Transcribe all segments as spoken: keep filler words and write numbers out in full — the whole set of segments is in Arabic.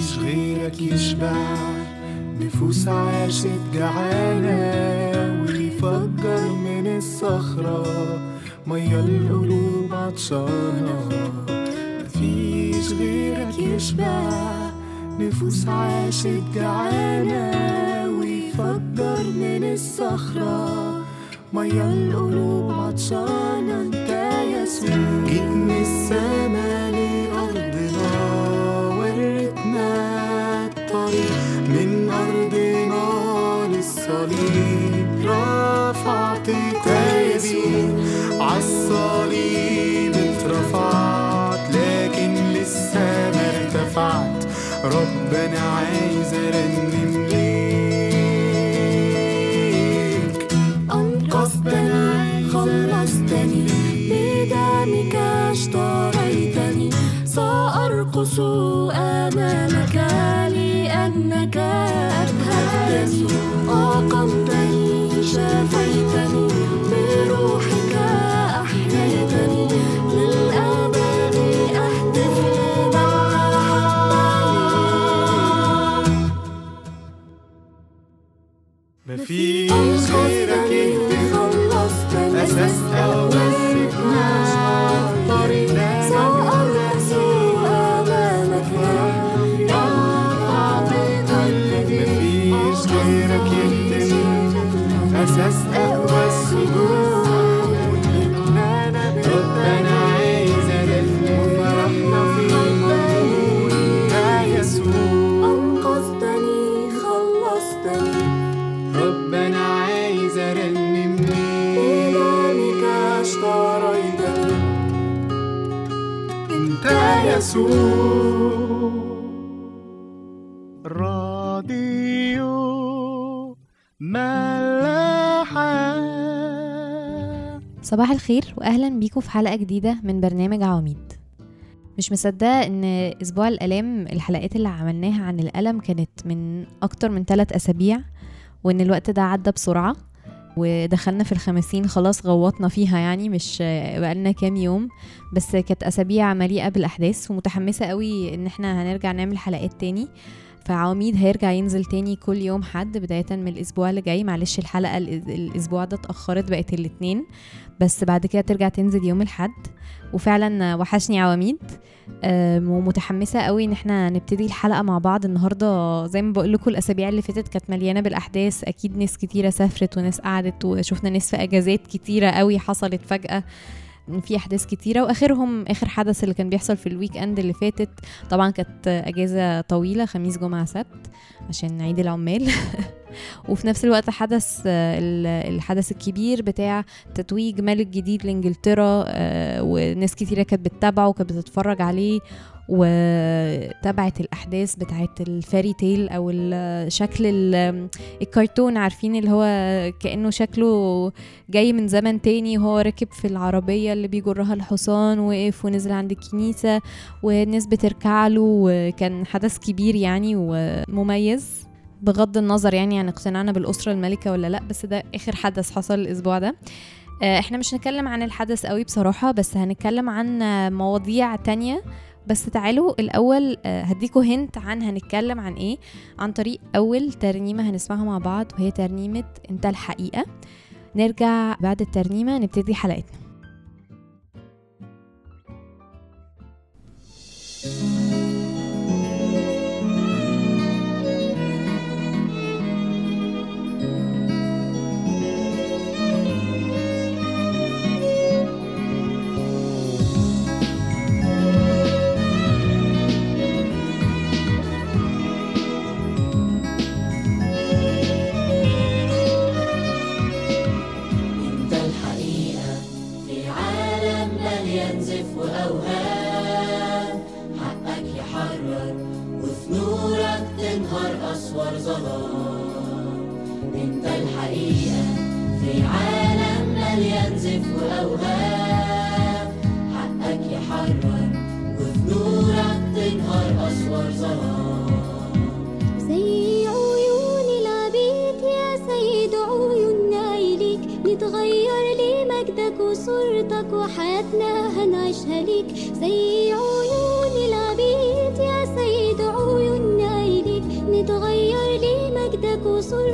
مفيش غيرك يشبع نفوس عاشت جعانة ويفجر من الصخرة مية القلوب عطشانة. مفيش غيرك يشبع نفوس عاشت جعانة ويفجر من الصخرة مية القلوب عطشانة. انت يسوع جيت من السما لأرضنا وريتنا الطريق من أرضنا للصليب رفعت تايبي عالصليب اترفعت لكن لسه ما ارتفعت. ربنا عايز ارنم ليك أنقذتني خلصتني بدمك اشتريتني سأرقص أمامك لأنك أبهجتني أقمتني شفيتني بروحك أحييتني للأبد أهتف لمن أحبني. مفيش غيرك خلصتني أساس أول طريق سأرقص أمامك مفيش غيرك يهتم أساس أقوى السجود. ربنا عايز ألفنا وفرحنا في الموت. يا يسوع أنقذتني خلصتني ربنا عايز أرنم ليك بدمك اشتريتني انت يسوع. راديو ملاحة. صباح الخير واهلا بيكم في حلقة جديدة من برنامج عواميد. مش مصدقة ان اسبوع الالام الحلقات اللي عملناها عن الالم كانت من اكتر من ثلاث اسابيع وان الوقت ده عدى بسرعة ودخلنا في الخمسين خلاص غوطنا فيها يعني مش بقالنا كام يوم بس كانت أسابيع مليئة بالأحداث ومتحمسة قوي إن احنا هنرجع نعمل حلقات تاني. فعواميد هيرجع ينزل تاني كل يوم حد بداية من الأسبوع اللي جاي. معلش الحلقة الأسبوع ده اتأخرت بقت الاثنين بس بعد كده ترجع تنزل يوم الحد. وفعلا وحشني عواميد ومتحمسة قوي ان احنا نبتدي الحلقة مع بعض النهاردة. زي ما بقول لكم الأسابيع اللي فاتت كانت مليانة بالأحداث. أكيد ناس كتيرة سافرت وناس قعدت وشوفنا ناس في أجازات كتيرة قوي حصلت فجأة في أحداث كتيرة وآخرهم آخر حدث اللي كان بيحصل في الويك أند اللي فاتت. طبعا كانت أجازة طويلة خميس جمعة سبت عشان عيد العمال وفي نفس الوقت حدث الحدث الكبير بتاع تتويج ملك جديد لإنجلترا وناس كتيرة كانت بتتابعه وكانت بتتفرج عليه وتابعت الأحداث بتاعت الفاري تيل أو الشكل الكرتون عارفين اللي هو كأنه شكله جاي من زمن تاني. هو ركب في العربية اللي بيجرها الحصان وقف ونزل عند الكنيسة والناس بتركع له وكان حدث كبير يعني ومميز بغض النظر يعني عن اقتناعنا بالأسرة الملكة ولا لا. بس ده آخر حدث حصل الأسبوع ده. احنا مش هنتكلم عن الحدث قوي بصراحة بس هنتكلم عن مواضيع تانية. بس تعالوا الأول هديكوا هنت عن هنتكلم عن ايه عن طريق أول ترنيمة هنسمعها مع بعض وهي ترنيمة انت الحقيقة. نرجع بعد الترنيمة نبتدي حلقتنا. انت الحقيقة في عالم مليان زف وأوهام حقك يحرر وفي نورك تنهار أسوار ظلام. زي عيون العبيد يا سيد عيوننا إليك نتغير لمجدك وصورتك وحياتنا هنعيشها ليك. زي عيون العبيد يا سيد عيوننا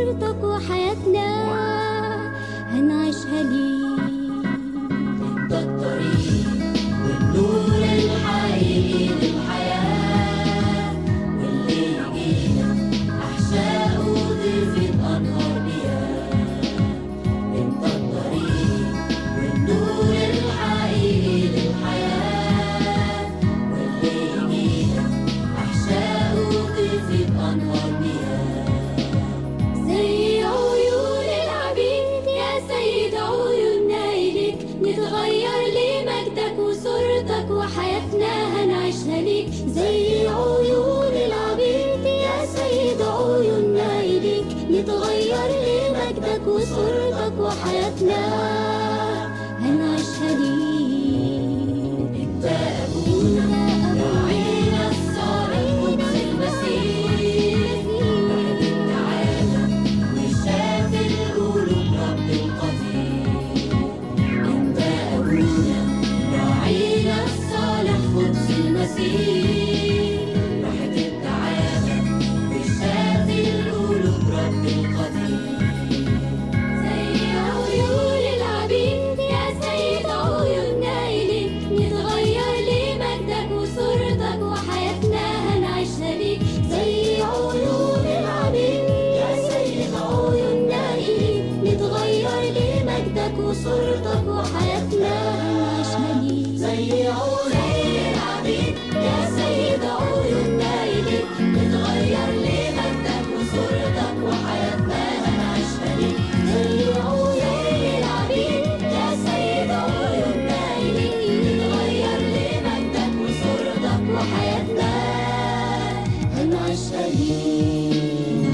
وصورتك وحياتنا هنعيشها ليك. انت الطريق والنور الحقيقي للحياة، واللي يجينا أحشاءه تفيض أنهار مياه. انت الطريق والنور الحقيقي للحياة، واللي يجينا أحشاءه تفيض أنهار مياه. زي عيون العبيد يا سيد عيوننا إليك، نتغير لمجدك وصورتك وحياتنا هنعيشها ليك. زي عيون العبيد يا سيد عيوننا إليك، نتغير لمجدك وصورتك وحياتنا هنعيشها ليك. انت أبونا راعينا الصالح قدس المسيح، واحد التعالى وشاف القلوب رب القدير. انت أبونا راعينا الصالح قدس المسيح، واحد التعالى وشاف القلوب رب القدير. زي عيون العبيد يا سيد عيوننا إليك، نتغير لمجدك وصورتك وحياتنا هنعيشها ليك. زي عيون العبيد يا سيد عيوننا إليك، نتغير لمجدك وصورتك وحياتنا هنعيشها ليك. زي عيون العبيد يا سيد عيوننا إليك، نتغير لمجدك وصورتك وحياتنا هنعيشها ليك. زي عيون العبيد يا سيد عيوننا إليك، نتغير لمجدك وصورتك وحياتنا هنعيشها ليك.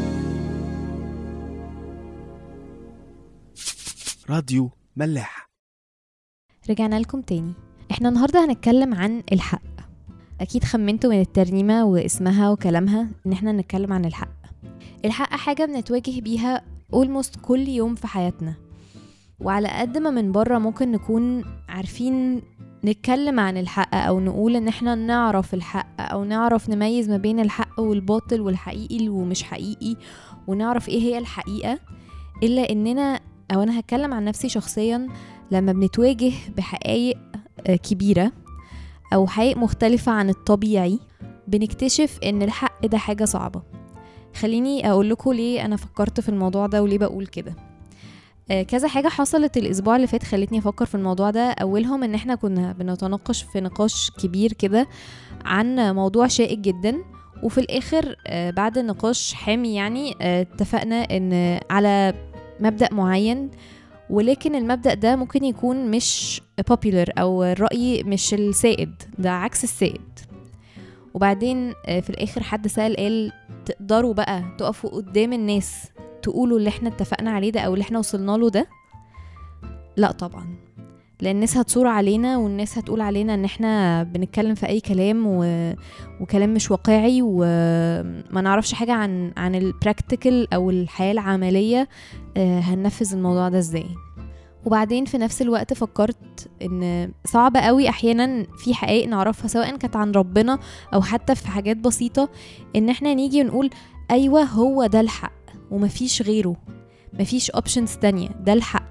راديو ملاح. رجعنا لكم تاني. احنا النهاردة هنتكلم عن الحق. اكيد خمنتوا من الترنيمة واسمها وكلامها ان احنا نتكلم عن الحق. الحق حاجة بنتواجه بيها almost كل يوم في حياتنا، وعلى قد ما من بره ممكن نكون عارفين نتكلم عن الحق او نقول ان احنا نعرف الحق او نعرف نميز ما بين الحق والباطل والحقيقي ومش حقيقي ونعرف ايه هي الحقيقة، الا اننا او انا هتكلم عن نفسي شخصيا لما بنتواجه بحقائق كبيرة او حقائق مختلفة عن الطبيعي بنكتشف ان الحق ده حاجة صعبة. خليني اقول لكم ليه انا فكرت في الموضوع ده وليه بقول كده. كذا حاجة حصلت الاسبوع اللي فات خلتني افكر في الموضوع ده. اولهم ان احنا كنا بنتناقش في نقاش كبير كده عن موضوع شائك جدا، وفي الاخر بعد نقاش حامي يعني اتفقنا ان على مبدأ معين، ولكن المبدأ ده ممكن يكون مش popular او الرأي مش السائد، ده عكس السائد. وبعدين في الاخر حد سأل قال تقدروا بقى تقفوا قدام الناس تقولوا اللي احنا اتفقنا عليه ده او اللي احنا وصلنا له ده؟ لا طبعا، لان الناس هتصور علينا والناس هتقول علينا ان احنا بنتكلم في اي كلام و... وكلام مش واقعي وما نعرفش حاجة عن عن البراكتيكال او الحياة العملية. آه هننفذ الموضوع ده ازاي؟ وبعدين في نفس الوقت فكرت ان صعب قوي احيانا في حقائق نعرفها سواء كانت عن ربنا او حتى في حاجات بسيطة ان احنا نيجي نقول ايوه هو ده الحق ومفيش غيره، مفيش اوبشنز تانية، ده الحق.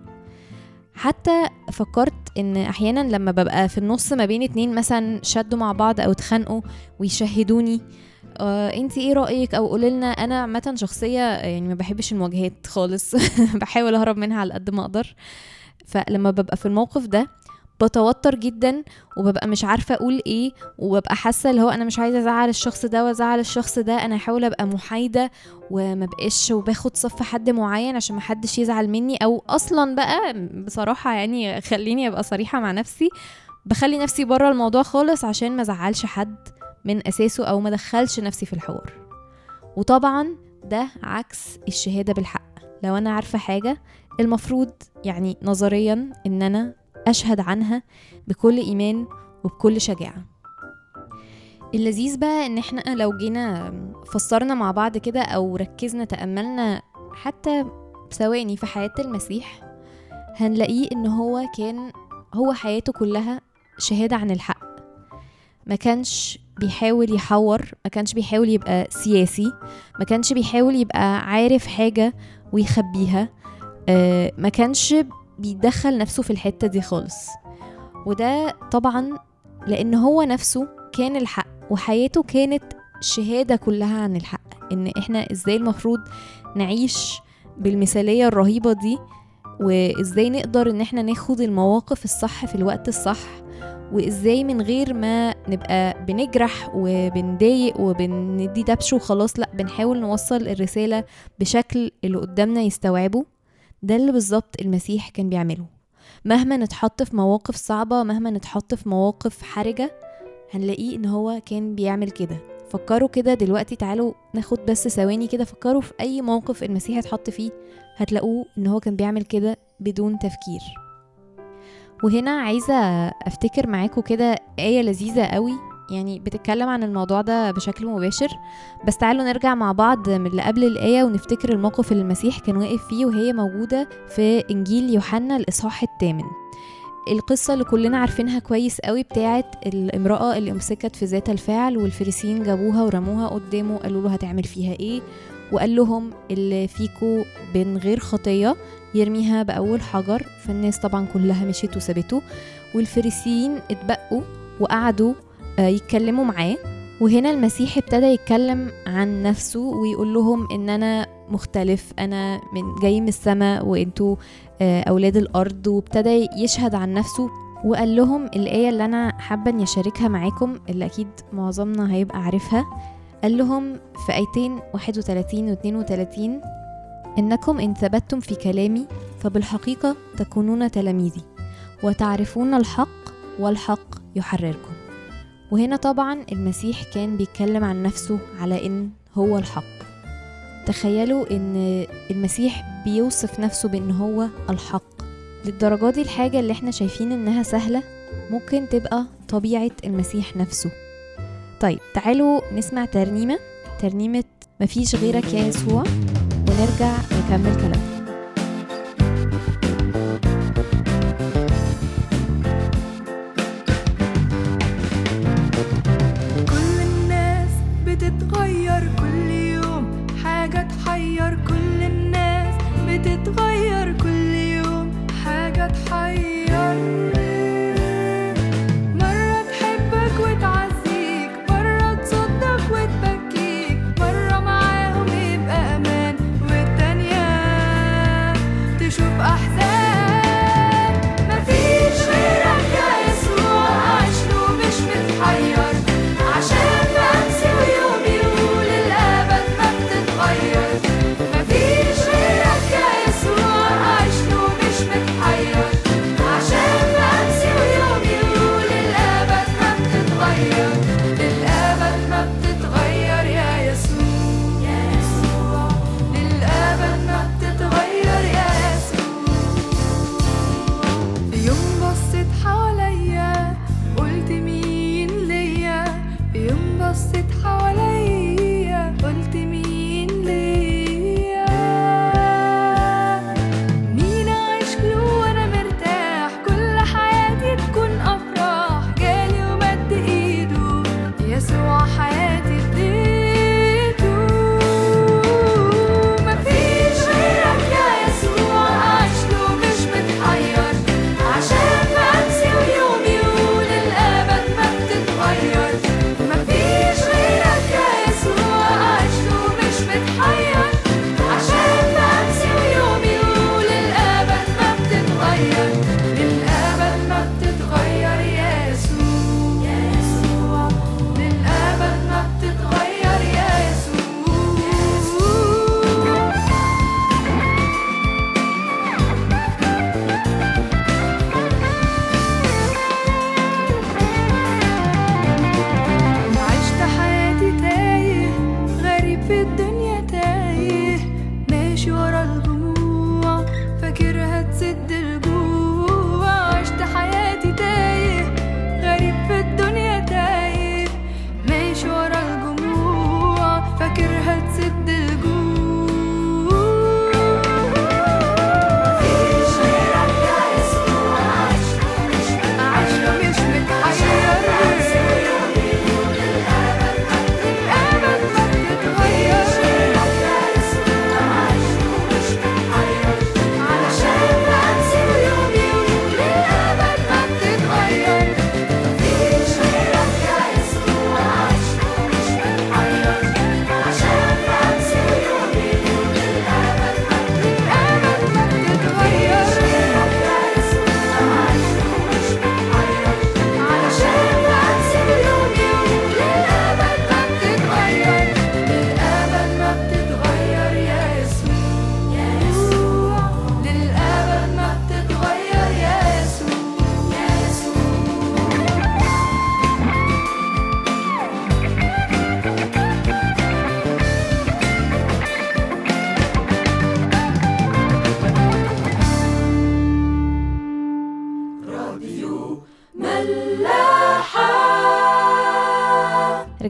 حتى فكرت ان احيانا لما ببقى في النص ما بين اتنين مثلا شدوا مع بعض او اتخانقوا ويشهدوني آه انتي ايه رأيك او قوللنا، انا عامة شخصية يعني ما بحبش المواجهات خالص بحاول اهرب منها على قد ما اقدر. فلما ببقى في الموقف ده بتوتر جدا وببقى مش عارفة اقول ايه، وببقى حاسة اللي هو انا مش عايزة ازعل الشخص ده وازعل الشخص ده، انا هحاول ابقى محايدة وما بقاش وباخد صف حد معين عشان ما حدش يزعل مني، او اصلا بقى بصراحة يعني خليني ابقى صريحة مع نفسي، بخلي نفسي برا الموضوع خالص عشان ما زعلش حد من اساسه او ما دخلش نفسي في الحوار. وطبعا ده عكس الشهادة بالحق. لو انا عارفة حاجة المفروض يعني نظريا ان انا أشهد عنها بكل إيمان وبكل شجاعة. اللذيذ بقى إن إحنا لو جينا فسرنا مع بعض كده أو ركزنا تأملنا حتى ثواني في حياة المسيح، هنلاقيه إن هو كان هو حياته كلها شهادة عن الحق. ما كانش بيحاول يحور، ما كانش بيحاول يبقى سياسي، ما كانش بيحاول يبقى عارف حاجة ويخبيها، آه ما كانش بيدخل نفسه في الحتة دي خالص. وده طبعا لأن هو نفسه كان الحق، وحياته كانت شهادة كلها عن الحق، إن إحنا إزاي المفروض نعيش بالمثالية الرهيبة دي، وإزاي نقدر إن إحنا ناخد المواقف الصح في الوقت الصح، وإزاي من غير ما نبقى بنجرح وبنضايق وبندي دبش وخلاص، لأ بنحاول نوصل الرسالة بشكل اللي قدامنا يستوعبه. ده اللي بالظبط المسيح كان بيعمله. مهما نتحط في مواقف صعبة، مهما نتحط في مواقف حرجة، هنلاقيه إن هو كان بيعمل كده. فكروا كده دلوقتي، تعالوا ناخد بس ثواني كده، فكروا في أي موقف المسيح اتحط فيه، هتلاقوه إن هو كان بيعمل كده بدون تفكير. وهنا عايزة أفتكر معاكم كده آية لذيذة قوي، يعني بتتكلم عن الموضوع ده بشكل مباشر، بس تعالوا نرجع مع بعض من اللي قبل الآية ونفتكر الموقف اللي المسيح كان واقف فيه، وهي موجودة في إنجيل يوحنا الإصحاح الثامن. القصة اللي كلنا عارفينها كويس قوي بتاعت الامرأة اللي امسكت في ذات الفعل، والفريسيين جابوها ورموها قدامه، قالوا له هتعمل فيها ايه؟ وقال لهم اللي فيكو بين غير خطية يرميها بأول حجر. فالناس طبعا كلها مشيت وسابته، والفريسيين اتبقوا وقعدوا يتكلموا معاه. وهنا المسيح ابتدى يتكلم عن نفسه ويقول لهم ان انا مختلف، انا من جاي من السماء وانتوا اولاد الارض، وابتدى يشهد عن نفسه. وقال لهم الآية اللي انا حابة اني اشاركها معاكم، اللي اكيد معظمنا هيبقى عارفها. قال لهم في آيتين واحد وثلاثين و اثنين وثلاثين: إنكم إن ثبتتم في كلامي فبالحقيقة تكونون تلاميذي وتعرفون الحق والحق يحرركم. وهنا طبعا المسيح كان بيتكلم عن نفسه على إن هو الحق. تخيلوا إن المسيح بيوصف نفسه بإن هو الحق. للدرجة دي الحاجة اللي احنا شايفين إنها سهلة ممكن تبقى طبيعة المسيح نفسه. طيب تعالوا نسمع ترنيمة ترنيمة مفيش غيرك يا يسوع، ونرجع نكمل كلامنا. كل الناس بتتغير كل يوم، حاجة تحير. كل الناس بتتغير كل يوم، حاجة تحير. مرة تحبك وتعزيك، مرة تصدق وتبكيك، مرة معاهم يبقى أمان، والتانية تشوف أحزان. مفيش غيرك يا يسوع، عشره مش متحير، عشان بأمسي ويومي وللأبد ما بتتغير. مفيش غيرك يا يسوع، عشره مش متحير،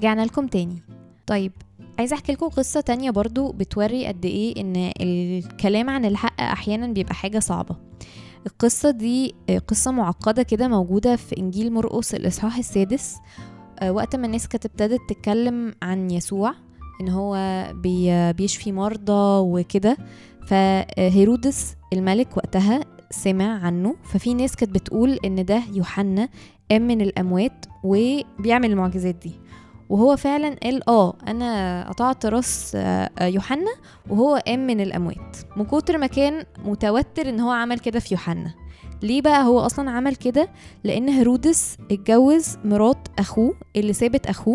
ورجعنا لكم تاني. طيب عايزة احكي لكم قصة تانية برضو بتوري قد ايه ان الكلام عن الحق احيانا بيبقى حاجة صعبة. القصة دي قصة معقدة كده موجودة في انجيل مرقس الاصحاح السادس، وقت ما الناس كانت ابتدت تتكلم عن يسوع ان هو بي بيشفي مرضى وكده. فهيرودس الملك وقتها سمع عنه، ففي ناس كانت بتقول ان ده يوحنا قام من الاموات وبيعمل المعجزات دي، وهو فعلا قال اه انا قطعت راس يوحنا وهو قام من الاموات، من كتر ما كان متوتر ان هو عمل كده في يوحنا. ليه بقى هو اصلا عمل كده؟ لان هيرودس اتجوز مرات اخوه اللي سابت اخوه،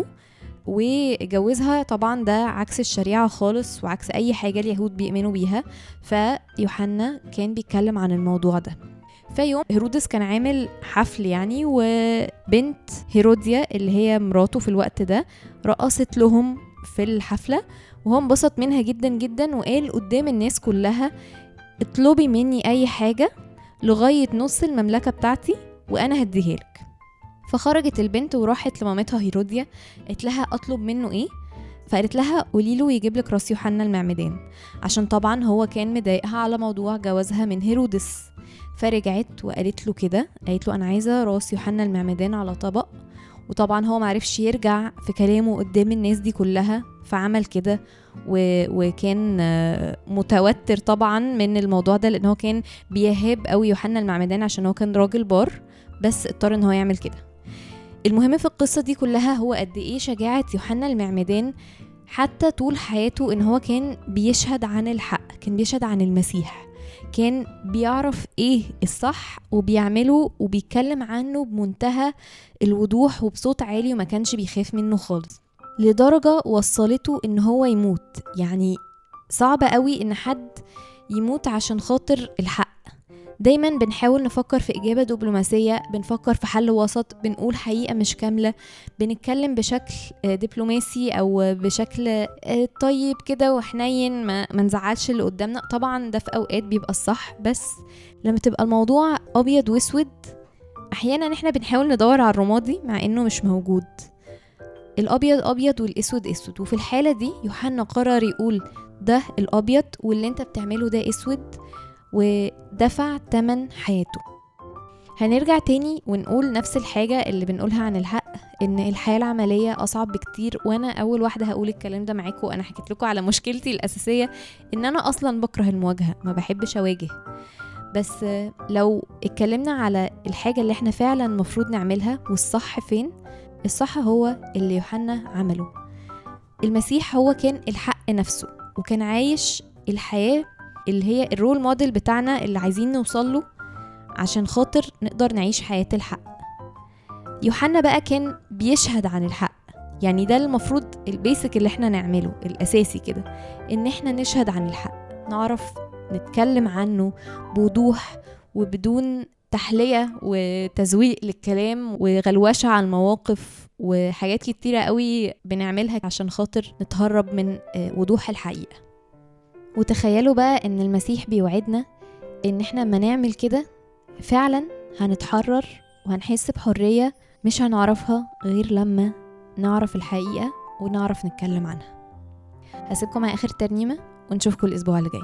وجوزها طبعا ده عكس الشريعة خالص وعكس اي حاجة اليهود بيؤمنوا بيها. فيوحنا كان بيتكلم عن الموضوع ده. فيوم هيرودس كان عامل حفل يعني، وبنت هيروديا اللي هي مراته في الوقت ده رقصت لهم في الحفلة، وهو انبسط منها جدا جدا وقال قدام الناس كلها اطلبي مني اي حاجة لغاية نص المملكة بتاعتي وانا هديها لك. فخرجت البنت وراحت لمامتها هيروديا، قالت لها اطلب منه ايه؟ فقالت لها قولي له يجيب لك راس يوحنا المعمدان، عشان طبعا هو كان مضايقها على موضوع جوازها من هيرودس. فرجعت وقالت له كده، قالت له انا عايزه راس يوحنا المعمدان على طبق. وطبعا هو معرفش يرجع في كلامه قدام الناس دي كلها، فعمل كده و... وكان متوتر طبعا من الموضوع ده، لان هو كان بيهاب قوي يوحنا المعمدان عشان هو كان راجل بار، بس اضطر ان هو يعمل كده. المهم في القصة دي كلها هو قد ايه شجاعة يوحنا المعمدان، حتى طول حياته ان هو كان بيشهد عن الحق، كان بيشهد عن المسيح، كان بيعرف ايه الصح وبيعمله وبيتكلم عنه بمنتهى الوضوح وبصوت عالي، وما كانش بيخاف منه خالص، لدرجة وصلته ان هو يموت. يعني صعب قوي ان حد يموت عشان خاطر الحق. دايما بنحاول نفكر في إجابة دبلوماسية، بنفكر في حل وسط، بنقول حقيقة مش كاملة، بنتكلم بشكل دبلوماسي أو بشكل طيب كده وحنين، ما منزعلش اللي قدامنا. طبعا ده في أوقات بيبقى الصح، بس لما تبقى الموضوع أبيض واسود أحيانا احنا بنحاول ندور على الرمادي مع إنه مش موجود. الأبيض أبيض والأسود أسود، وفي الحالة دي يوحنا قرر يقول ده الأبيض واللي انت بتعمله ده أسود، ودفع تمن حياته. هنرجع تاني ونقول نفس الحاجة اللي بنقولها عن الحق، ان الحياة العملية اصعب بكتير، وانا اول واحدة هقول الكلام ده معاكم. انا حكيت لكم على مشكلتي الاساسية ان انا اصلا بكره المواجهة، ما بحبش اواجه. بس لو اتكلمنا على الحاجة اللي احنا فعلا مفروض نعملها والصح فين، الصح هو اللي يوحنا عمله. المسيح هو كان الحق نفسه، وكان عايش الحياة اللي هي الرول موديل بتاعنا اللي عايزين نوصله عشان خاطر نقدر نعيش حياة الحق. يوحنا بقى كان بيشهد عن الحق، يعني ده المفروض البيسك اللي احنا نعمله الأساسي كده، ان احنا نشهد عن الحق، نعرف نتكلم عنه بوضوح وبدون تحلية وتزويق للكلام وغلوشة على المواقف وحاجات كتيرة قوي بنعملها عشان خاطر نتهرب من وضوح الحقيقة. وتخيلوا بقى ان المسيح بيوعدنا ان احنا ما نعمل كده فعلا هنتحرر وهنحس بحرية مش هنعرفها غير لما نعرف الحقيقة ونعرف نتكلم عنها. هسيبكم مع اخر ترنيمة ونشوفكم الاسبوع اللي جاي.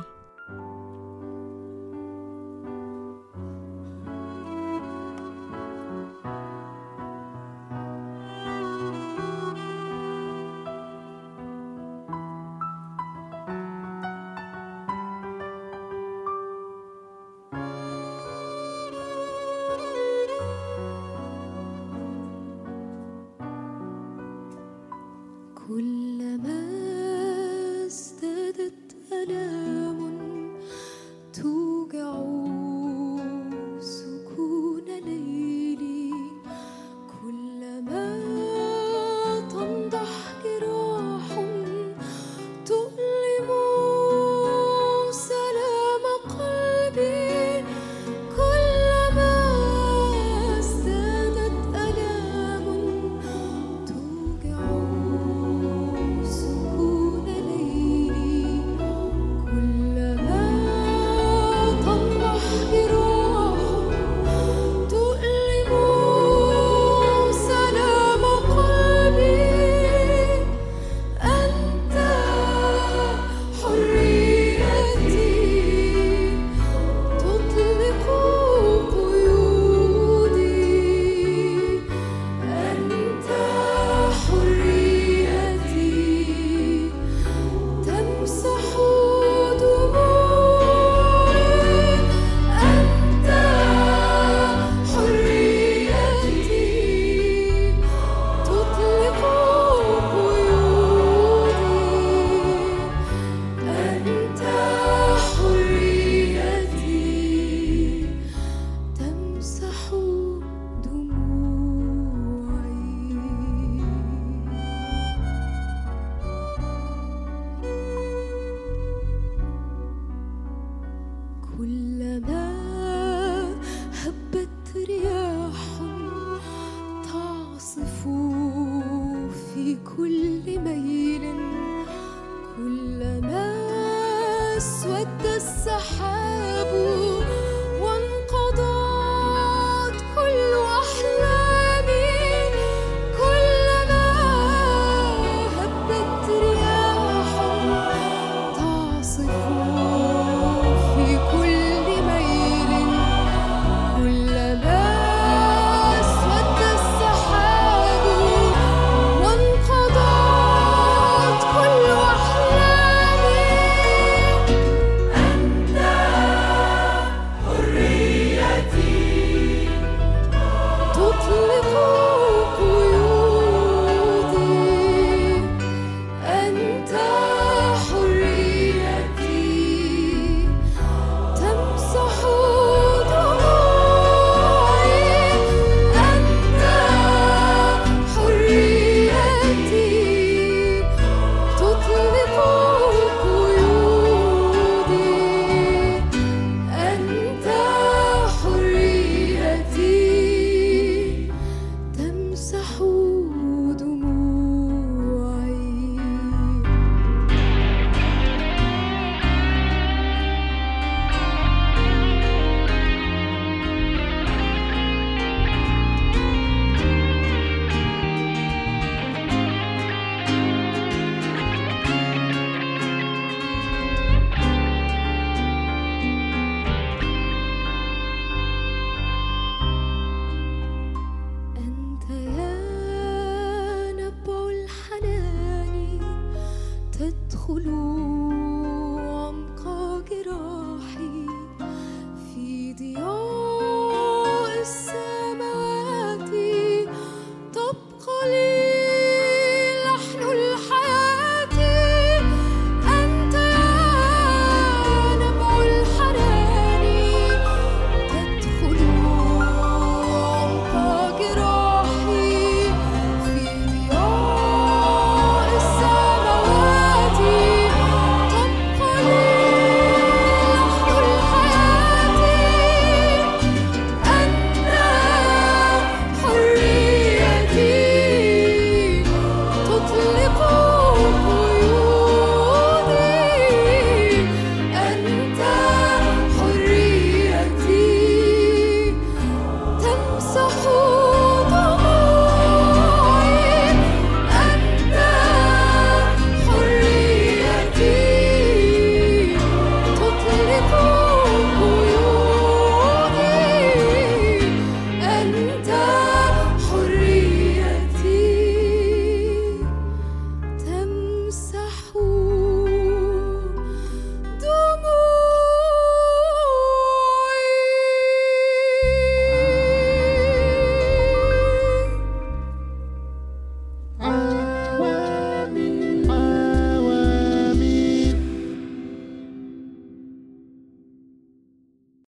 كلما ازدادت آلام السحاب وانقضت كل أحلامي كلما هبت رياح تعصف في كل ميل كلما اسود السحاب وانقضت كل أحلامي أنت حريتي تطلق قيودي أنت حريتي تمسح دموعي أنت حريتي تطلق قيودي أنت حريتي تمسح دموعي. أنت يا نبع الحنان تدخل